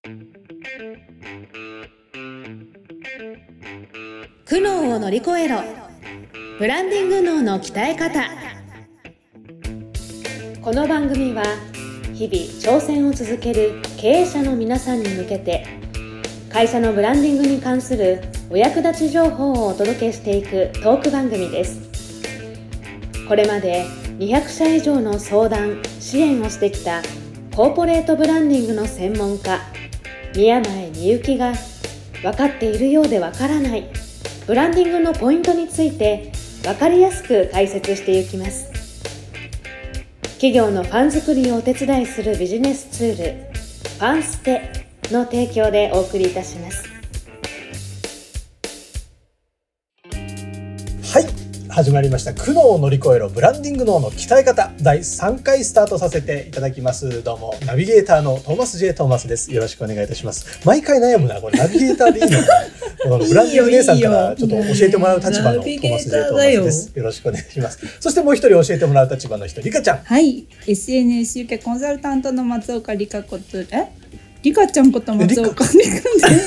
苦悩を乗り越えろ。ブランディング脳の鍛え方。この番組は日々挑戦を続ける経営者の皆さんに向けて、会社のブランディングに関するお役立ち情報をお届けしていくトーク番組です。これまで200社以上の相談・支援をしてきたコーポレートブランディングの専門家宮前みゆきが、分かっているようで分からないブランディングのポイントについて分かりやすく解説していきます。企業のファン作りをお手伝いするビジネスツール、ファンステの提供でお送りいたします。 はい、始まりました。苦悩を乗り越えろブランディング脳の鍛え方、第3回スタートさせていただきます。どうもナビゲーターのトーマス J トーマスです。よろしくお願いいたします。毎回悩むな、これナビゲーターでいいのかこのブランディング姉さんからちょっと教えてもらう立場のトーマス J トーマスです。よろしくお願いします。そしてもう一人教えてもらう立場の人、リカちゃん。 はい、SNS 受けコンサルタントの松岡リカことリカちゃんこと松岡リカです。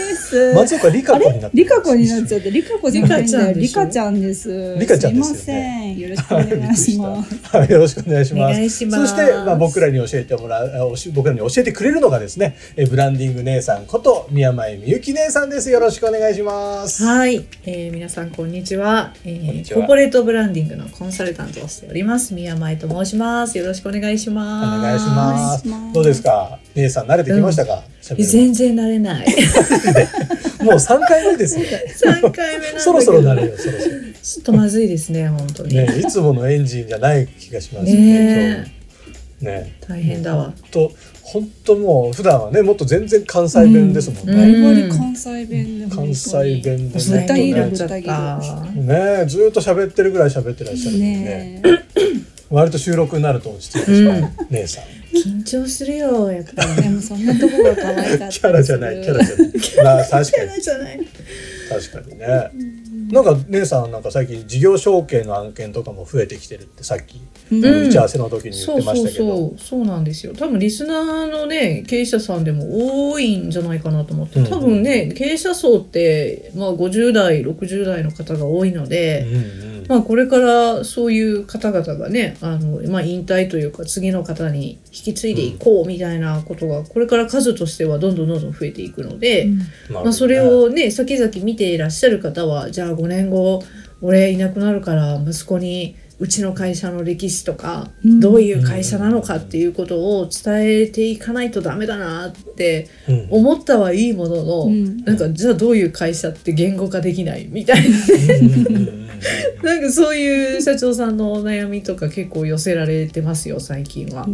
松岡リカ子になってリカ子になっちゃって、リカ子じゃないんだよ、リカちゃんです。 リカちゃんですよね。 すいません、よろしくお願いします。 はい、よろしくお願いします。 お願いします。 そして、僕らに教えてくれるのがですね、ブランディング姉さんこと宮前みゆき姉さんです。よろしくお願いします。 はい、皆さんこんにちは。コーポレートブランディングのコンサルタントをしております宮前と申します。よろしくお願いします。 お願いします。どうですか、姉さん慣れてきましたか？ 全然慣れない。 もう3回目ですよ。 3回目なんだけどそろそろ慣れよ。そろそろちょっとまずいですね、本当に。 ね、いつものエンジンじゃない気がしますね。ね、 大変だわ。 本当もう普段はね、もっと全然関西弁ですもんね。 バリバリ関西弁で、 関西弁でね、 ぶった切るね、 ぶった切るね、ずっと喋ってるぐらい喋ってらっしゃるんでね。割と収録になると落ち着いてしまう姉さん。 緊張するよ、やっぱり。 でもそんなとこが可愛かった。 キャラじゃない、キャラじゃない。まあ確かに。 キャラじゃない。 確かにね。なんか姉さんなんか最近事業承継の案件とかも増えてきてるってさっき打ち合わせの時に言ってましたけど、 そうなんですよ。多分リスナーのね経営者さんでも多いんじゃないかなと思って、多分ね経営者層って50代60代の方が多いので、これからそういう方々がね引退というか次の方に引き継いでいこうみたいなことがこれから数としてはどんどん増えていくので、それをね先々見ていらっしゃる方は、じゃあ5年後俺いなくなるから息子にうちの会社の歴史とかどういう会社なのかっていうことを伝えていかないとダメだなって思ったはいいものの、なんかじゃあどういう会社って言語化できないみたいななんかそういう社長さんのお悩みとか結構寄せられてますよ最近は。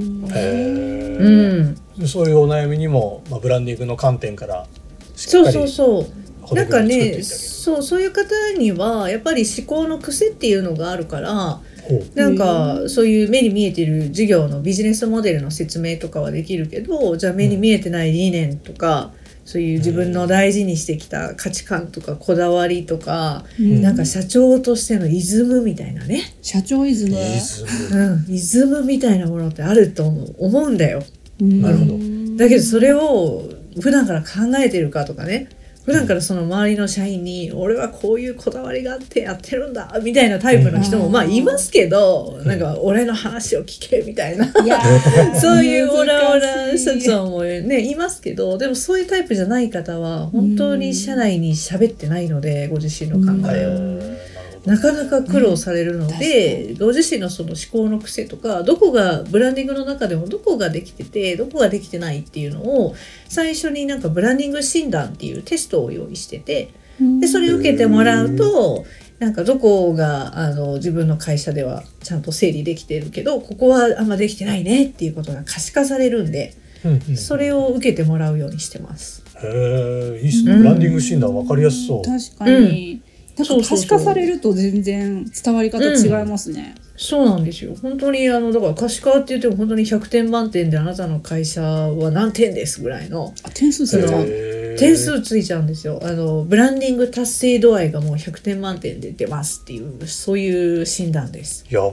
そういうお悩みにも、ブランディングの観点からしっかりなんかね、そういう方にはやっぱり思考の癖っていうのがあるから、なんかそういう目に見えてる事業のビジネスモデルの説明とかはできるけど、じゃあ目に見えてない理念とか、そういう自分の大事にしてきた価値観とかこだわりとか、なんか社長としてのイズムみたいなね、 社長イズム、 イズムみたいなものってあると思うんだよ。 なるほど。 だけどそれを普段から考えてるかとかね、普段からその周りの社員に俺はこういうこだわりがあってやってるんだみたいなタイプの人もいますけど、なんか俺の話を聞けみたいなそういうオラオラ社長もねいますけど、でもそういうタイプじゃない方は本当に社内に喋ってないので、ご自身の考えをなかなか苦労されるので、ご自身のその思考の癖とか、どこがブランディングの中でもどこができててどこができてないっていうのを最初になんかブランディング診断っていうテストを用意してて、でそれを受けてもらうと、なんかどこが自分の会社ではちゃんと整理できてるけどここはあんまできてないねっていうことが可視化されるんで、それを受けてもらうようにしてます。 へえ、いいっすね。ブランディング診断分かりやすそう。 確かに、なんか可視化されると全然伝わり方違いますね。 そうなんですよ。本当にだから可視化って言っても本当に100点満点であなたの会社は何点ですぐらいの点数ついちゃう。 点数ついちゃうんですよ。ブランディング達成度合いがもう100点満点で出ますっていうそういう診断です。 やば。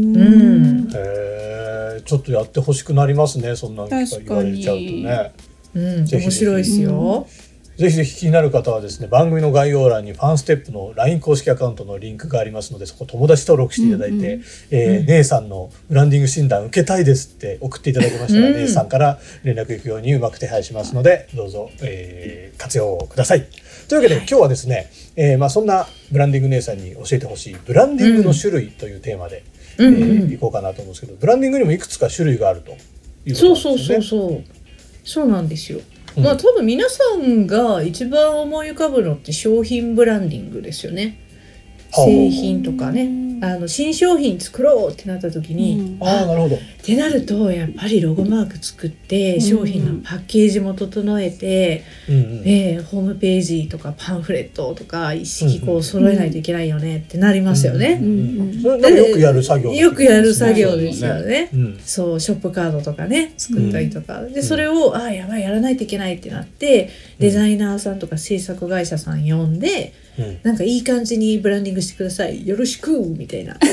ちょっとやってほしくなりますね。そんなの言われちゃうとね。 うん、 ぜひぜひ面白いですよ。 ぜひぜひ気になる方はですね、番組の概要欄にファンステップの LINE 公式アカウントのリンクがありますので、そこ友達登録していただいて、姉さんのブランディング診断受けたいですって送っていただきましたら、姉さんから連絡行くようにうまく手配しますので、どうぞ、活用ください。というわけで今日はですね、そんなブランディング姉さんに教えてほしいブランディングの種類というテーマで、いこうかなと思うんですけど、ブランディングにもいくつか種類があるということなんですよね。 そうなんですよ。まあ多分皆さんが一番思い浮かぶのって商品ブランディングですよね。製品とかね、新商品作ろうってなった時に、 なるほど。 ってなるとやっぱりロゴマーク作って商品のパッケージも整えて、ホームページとかパンフレットとか一式こう揃えないといけないよねってなりますよね。 それよくやる作業、 よくやる作業ですよね。そう、ショップカードとかね作ったりとか、でそれをやばい、やらないといけないってなって、デザイナーさんとか制作会社さん呼んで、なんかいい感じにブランディングしてください、よろしくみたいな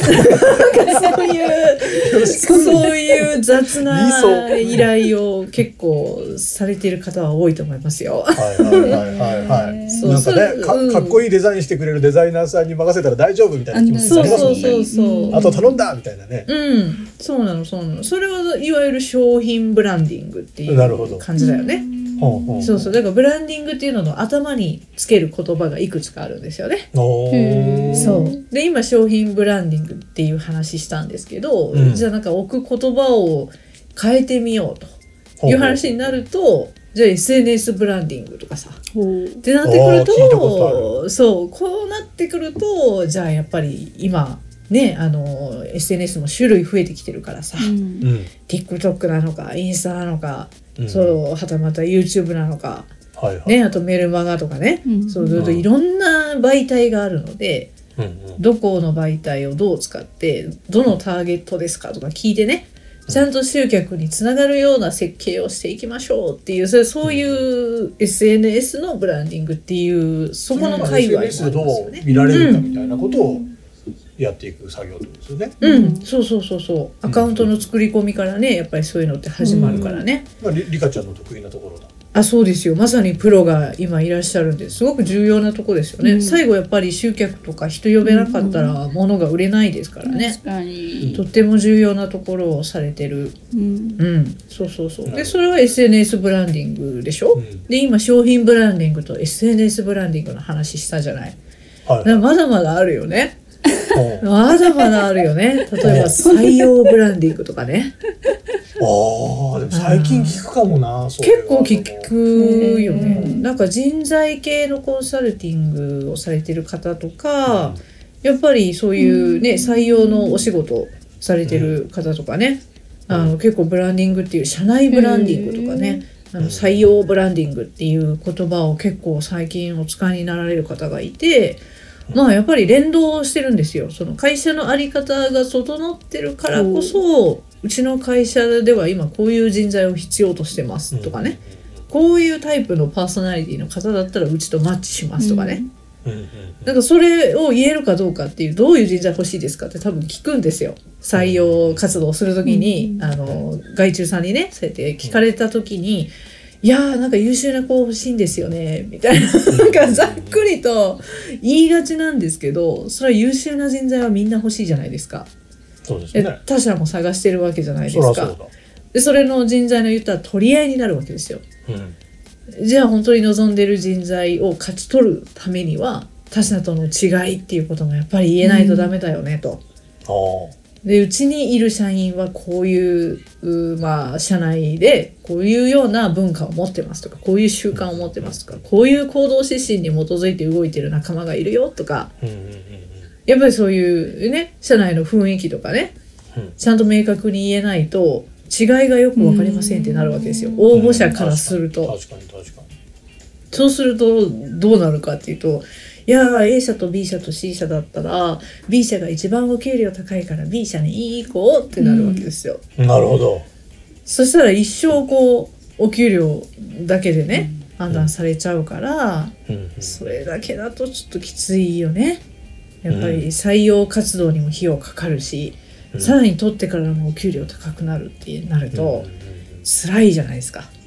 そういう雑な依頼を結構されている方は多いと思いますよ。 なんかね、かっこいいデザインしてくれるデザイナーさんに任せたら大丈夫みたいな気持ちになりますもんね。あと頼んだみたいなね。 そうなの。それはいわゆる商品ブランディングっていう感じだよね。そうだからブランディングっていうのの頭につける言葉がいくつかあるんですよね。そうで今商品ブランディングっていう話したんですけど、じゃあなんか置く言葉を変えてみようという話になると、じゃあ SNS ブランディングとかさってなってくると、こうなってくると、じゃあやっぱり今ね、SNS も種類増えてきてるからさ、TikTok なのかインスタなのか、はたまた YouTube なのか、あとメルマガとかね、いろんな媒体があるので、どこの媒体をどう使ってどのターゲットですかとか聞いてね、ちゃんと集客につながるような設計をしていきましょうっていう、そういう SNS のブランディングっていうそこの界隈もありますよね。 SNS でどう見られるかみたいなことをやっていく作業ですよね。 そうアカウントの作り込みからね、やっぱりそういうのって始まるからね。 リカちゃんの得意なところだ。 そうですよ。まさにプロが今いらっしゃるんですごく重要なとこですよね。最後やっぱり集客とか人呼べなかったら物が売れないですからね。 確かにとっても重要なところをされてる。そうでそれは SNS ブランディングでしょ。で今商品ブランディングと SNS ブランディングの話したじゃない。まだまだあるよね。まだまだあるよね。例えば採用ブランディングとかね。 でも最近聞くかもな。 結構聞くよね。なんか人材系のコンサルティングをされてる方とか、やっぱりそういうね、採用のお仕事されてる方とかね、結構ブランディングっていう社内ブランディングとかね、採用ブランディングっていう言葉を結構最近お使いになられる方がいて、やっぱり連動してるんですよ。その会社の在り方が整ってるからこそ、うちの会社では今こういう人材を必要としてますとかね、こういうタイプのパーソナリティの方だったらうちとマッチしますとかね、なんかそれを言えるかどうかっていう、どういう人材欲しいですかって多分聞くんですよ。採用活動するときに、外注さんにねそうやって聞かれたときに、いやーなんか優秀な子欲しいんですよねみたいな、なんかざっくりと言いがちなんですけど、それは優秀な人材はみんな欲しいじゃないですか。 そうですね。 他社も探してるわけじゃないですか。でそれの人材の言ったら取り合いになるわけですよ。じゃあ本当に望んでる人材を勝ち取るためには他社との違いっていうこともやっぱり言えないとダメだよねと。でうちにいる社員はこういう社内でこういうような文化を持ってますとか、こういう習慣を持ってますとか、こういう行動指針に基づいて動いてる仲間がいるよとか、やっぱりそういうね社内の雰囲気とかね、ちゃんと明確に言えないと違いがよく分かりませんってなるわけですよ、応募者からすると。 確かにそうするとどうなるかっていうと、いや A 社と B 社と C 社だったら B 社が一番お給料高いから B 社に行こうってなるわけですよ。 なるほど。 そしたら一生こうお給料だけでね、判断されちゃうから、それだけだとちょっときついよね。やっぱり採用活動にも費用かかるし、さらに取ってからもお給料高くなるってなると辛いじゃないですか。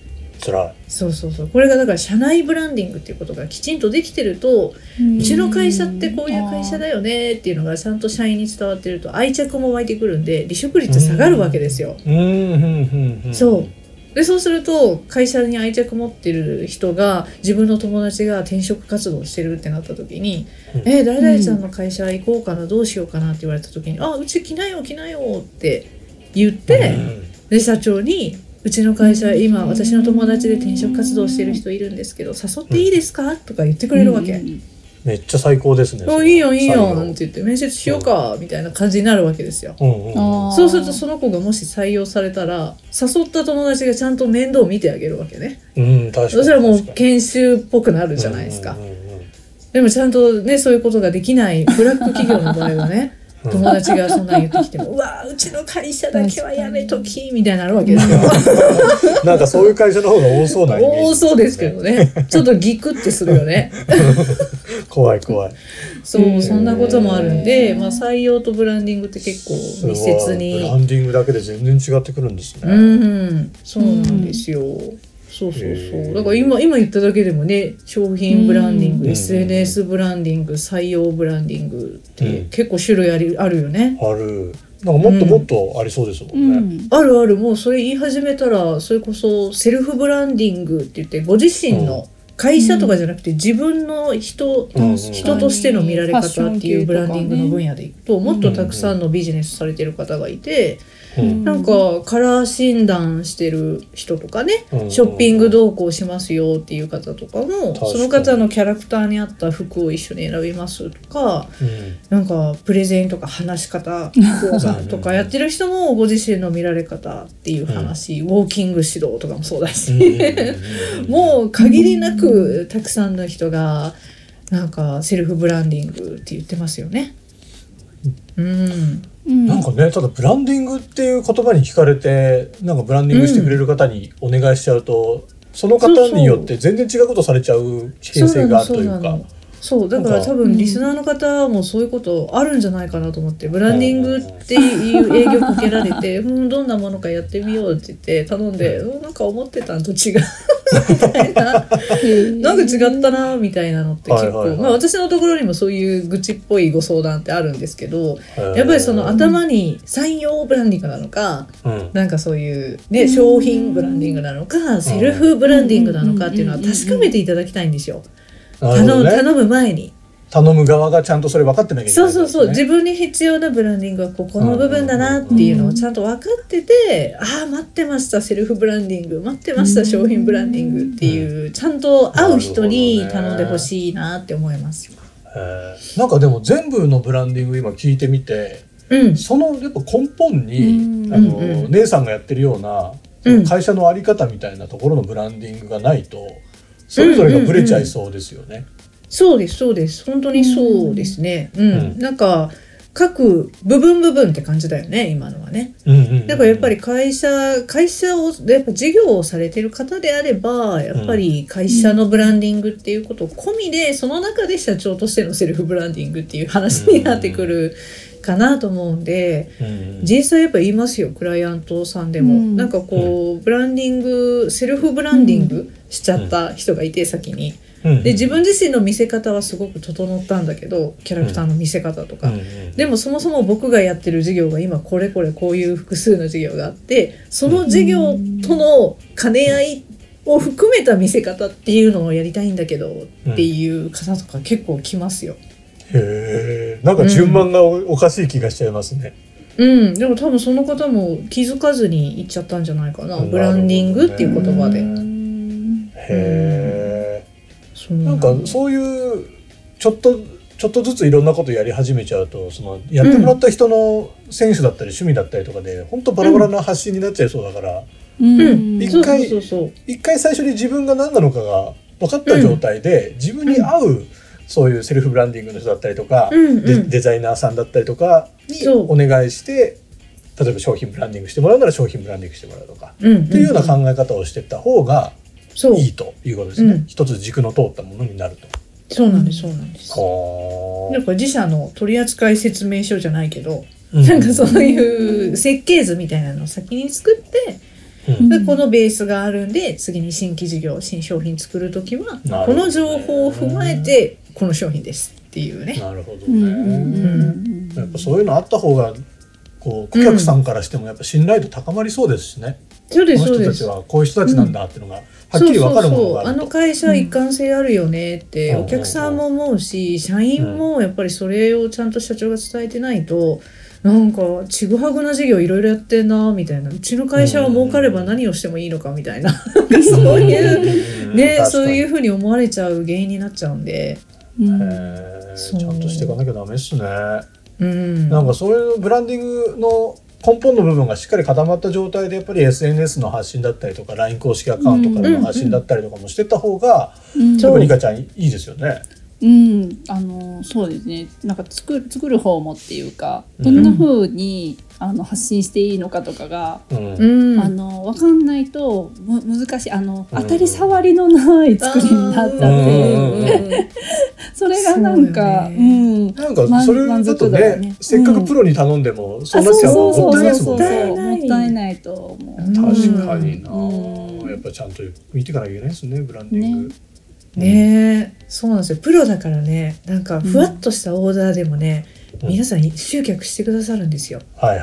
辛い。 そうそうそう。これがだから社内ブランディングっていうことがきちんとできてると、うちの会社ってこういう会社だよねっていうのがちゃんと社員に伝わってると愛着も湧いてくるんで離職率下がるわけですよ。そうでそうすると会社に愛着持ってる人が自分の友達が転職活動してるってなった時に、誰々ちゃんの会社行こうかな、どうしようかなって言われた時に、うち来なよ来なよって言って、で社長にうちの会社今私の友達で転職活動してる人いるんですけど誘っていいですか、とか言ってくれるわけ。 めっちゃ最高ですね。 いいよいいよって言って面接しようかみたいな感じになるわけですよ。そうするとその子がもし採用されたら誘った友達がちゃんと面倒を見てあげるわけね。 確かに。 そしたらもう研修っぽくなるじゃないですか。でもちゃんとねそういうことができないブラック企業の場合はね友達がそんな言ってきてもうわうちの会社だけはやめときみたいになるわけですよ。 なんかそういう会社の方が多そうなイメージですね。 多そうですけどね。ちょっとギクってするよね。 怖い怖い。 そうそんなこともあるんで、採用とブランディングって結構密接に。 ブランディングだけで全然違ってくるんですね。 そうなんですよ。そうそうそう。だから今言っただけでもね、商品ブランディング、SNS ブランディング、採用ブランディングって結構種類あるよね。 ある。なんかもっともっとありそうですもんね。 あるある。もうそれ言い始めたらそれこそセルフブランディングって言ってご自身の会社とかじゃなくて自分の人としての見られ方っていうブランディングの分野でいくともっとたくさんのビジネスされてる方がいて、なんかカラー診断してる人とかね、ショッピング同行しますよっていう方とかもその方のキャラクターに合った服を一緒に選びますとか、なんかプレゼンとか話し方講座とかやってる人もご自身の見られ方っていう話、ウォーキング指導とかもそうだし、もう限りなくたくさんの人がなんかセルフブランディングって言ってますよね。 なんかね、ただブランディングっていう言葉に惹かれてなんかブランディングしてくれる方にお願いしちゃうと、その方によって全然違うことされちゃう危険性があるというか。そうだから多分リスナーの方もそういうことあるんじゃないかなと思って、ブランディングっていう営業かけられてどんなものかやってみようって言って頼んで、なんか思ってたのと違うみたいななんか違ったなみたいなのって結構、私のところにもそういう愚痴っぽいご相談ってあるんですけど、やっぱりその頭に採用ブランディングなのか、なんかそういう、ね、商品ブランディングなのか、セルフブランディングなのかっていうのは確かめていただきたいんですよ。頼む前に頼む側がちゃんとそれ分かってなきゃいけない、ね、そう自分に必要なブランディングはここの部分だなっていうのをちゃんと分かってて、待ってましたセルフブランディング、待ってました商品ブランディングっていう、ちゃんと合う人に頼んでほしいなって思います。なんかでも全部のブランディング今聞いてみて、そのやっぱ根本に姉さんがやってるような会社の在り方みたいなところのブランディングがないとそれぞれがブレちゃいそうですよね。そうです本当にそうですね。なんか各部分って感じだよね今のはね。だからやっぱり会社をやっぱ事業をされてる方であればやっぱり会社のブランディングっていうことを込みで、その中で社長としてのセルフブランディングっていう話になってくるかなと思うんで、実際やっぱ言いますよクライアントさんでも、なんかこうブランディングセルフブランディングしちゃった人がいて先に、で自分自身の見せ方はすごく整ったんだけどキャラクターの見せ方とか、でもそもそも僕がやってる事業が今こういう複数の事業があってその事業との兼ね合いを含めた見せ方っていうのをやりたいんだけどっていう方とか結構来ますよ。へえ、なんか順番がおかしい気がしちゃいますね。でも多分その方も気づかずに言っちゃったんじゃないかな、ブランディングっていう言葉で。へえ、なんかそういうちょっとずついろんなことやり始めちゃうとそのやってもらった人のセンスだったり趣味だったりとかで本当バラバラな発信になっちゃいそうだから、一回最初に自分が何なのかが分かった状態で自分に合うそういうセルフブランディングの人だったりとか、デザイナーさんだったりとかにお願いして例えば商品ブランディングしてもらうなら商品ブランディングしてもらうとか、っていうような考え方をしていった方がいいということですね。一つ軸の通ったものになると。そうなんです。なんか自社の取扱説明書じゃないけど、なんかそういう設計図みたいなのを先に作ってでこのベースがあるんで次に新規事業新商品作るときはなるほどねこの情報を踏まえてこの商品ですっていうね。 なるほどうんね。やっぱそういうのあった方がこう顧客さんからしてもやっぱ信頼度高まりそうですしね。 そうですそうです。 この人たちはこういう人たちなんだっていうのがはっきり分かるものがあると。 あの会社一貫性あるよねってうんお客さんも思うし、社員もやっぱりそれをちゃんと社長が伝えてないと、なんかちぐはぐな事業いろいろやってんなみたいな、うちの会社は儲かれば何をしてもいいのかみたいな、そういうね、そういうふうに思われちゃう原因になっちゃうんで、 ちゃんとしていかなきゃダメですね。なんかそういうブランディングの根本の部分がしっかり固まった状態でやっぱり SNS の発信だったりとか LINE 公式アカウントからの発信だったりとかもしてった方がやっぱりリカちゃんいいですよね。 そうですね。なんか作る方もっていうか、どんな風に発信していいのかとかが、分かんないと難しい。当たり障りのない作りになっちゃって、それがなんか、 なんかそれだとね、せっかくプロに頼んでもそうなっちゃうのもったいないですもんね。 もったいないと思う。 確かにな。やっぱちゃんと見ていかなきゃいけないですね、ブランディング。 ねえ、そうなんですよ。プロだからね、なんかふわっとしたオーダーでもね、皆さん集客してくださるんですよ。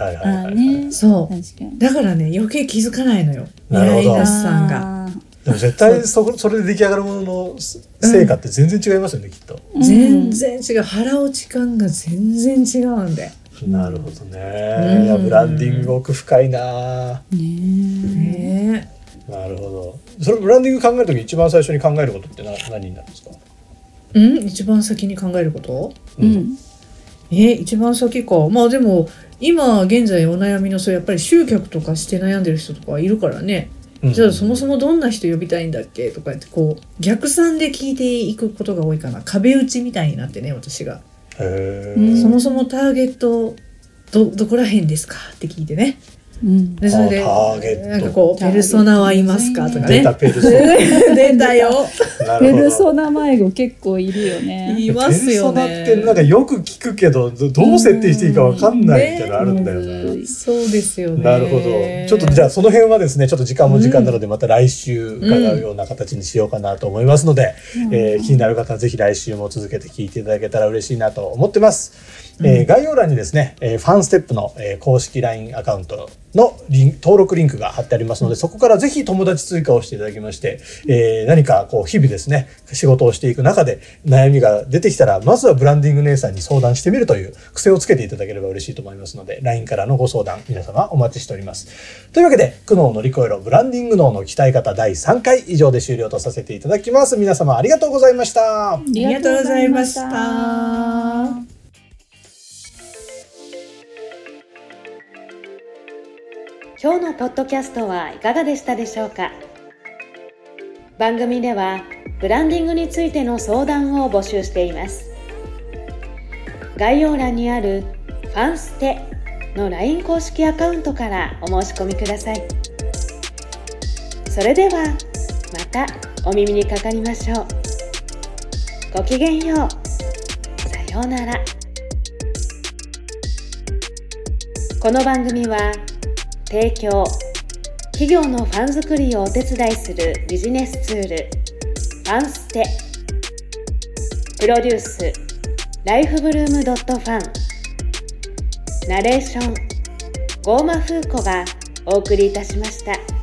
そうだからね、余計気づかないのよ、依頼主さんが。 でも絶対それで出来上がるものの成果って全然違いますよね、きっと。 全然違う。腹落ち感が全然違うんで。 なるほどね。いやブランディング奥深いな。 ねえ。 なるほど。それブランディング考えるとき一番最初に考えることって何になるんですか？ 一番先に考えること？一番先か。まあでも今現在お悩みのやっぱり集客とかして悩んでる人とかいるからね。じゃあそもそもどんな人呼びたいんだっけとかってこう逆算で聞いていくことが多いかな。壁打ちみたいになってね、私が。そもそもターゲットどこら辺ですかって聞いてね。でそれでなんかこうペルソナはいますかとかね。 出たペルソナ。 出たよ。 ペルソナ迷子結構いるよね。 いますよね。 ペルソナってなんかよく聞くけどどう設定していいかわかんないっていうのあるんだよね。そうですよね。 なるほど。ちょっとじゃあその辺はですね、ちょっと時間も時間なのでまた来週伺うような形にしようかなと思いますので、気になる方はぜひ来週も続けて聞いていただけたら嬉しいなと思ってます。概要欄にですね、ファンステップの公式 LINE アカウントの登録リンクが貼ってありますので、そこからぜひ友達追加をしていただきまして、何かこう日々ですね仕事をしていく中で悩みが出てきたらまずはブランディング姉さんに相談してみるという癖をつけていただければ嬉しいと思いますので、 LINE からのご相談皆様お待ちしております。というわけで苦悩を乗り越えろブランディング脳の鍛え方第3回以上で終了とさせていただきます。皆様ありがとうございました。 ありがとうございました。 今日のポッドキャストはいかがでしたでしょうか。番組ではブランディングについての相談を募集しています。概要欄にあるファンステの LINE 公式アカウントからお申し込みください。それではまたお耳にかかりましょう。ごきげんよう。さようなら。この番組は提供、企業のファン作りをお手伝いするビジネスツールファンステ、プロデュースライフブルームドットファン、ナレーションゴーマフーコがお送りいたしました。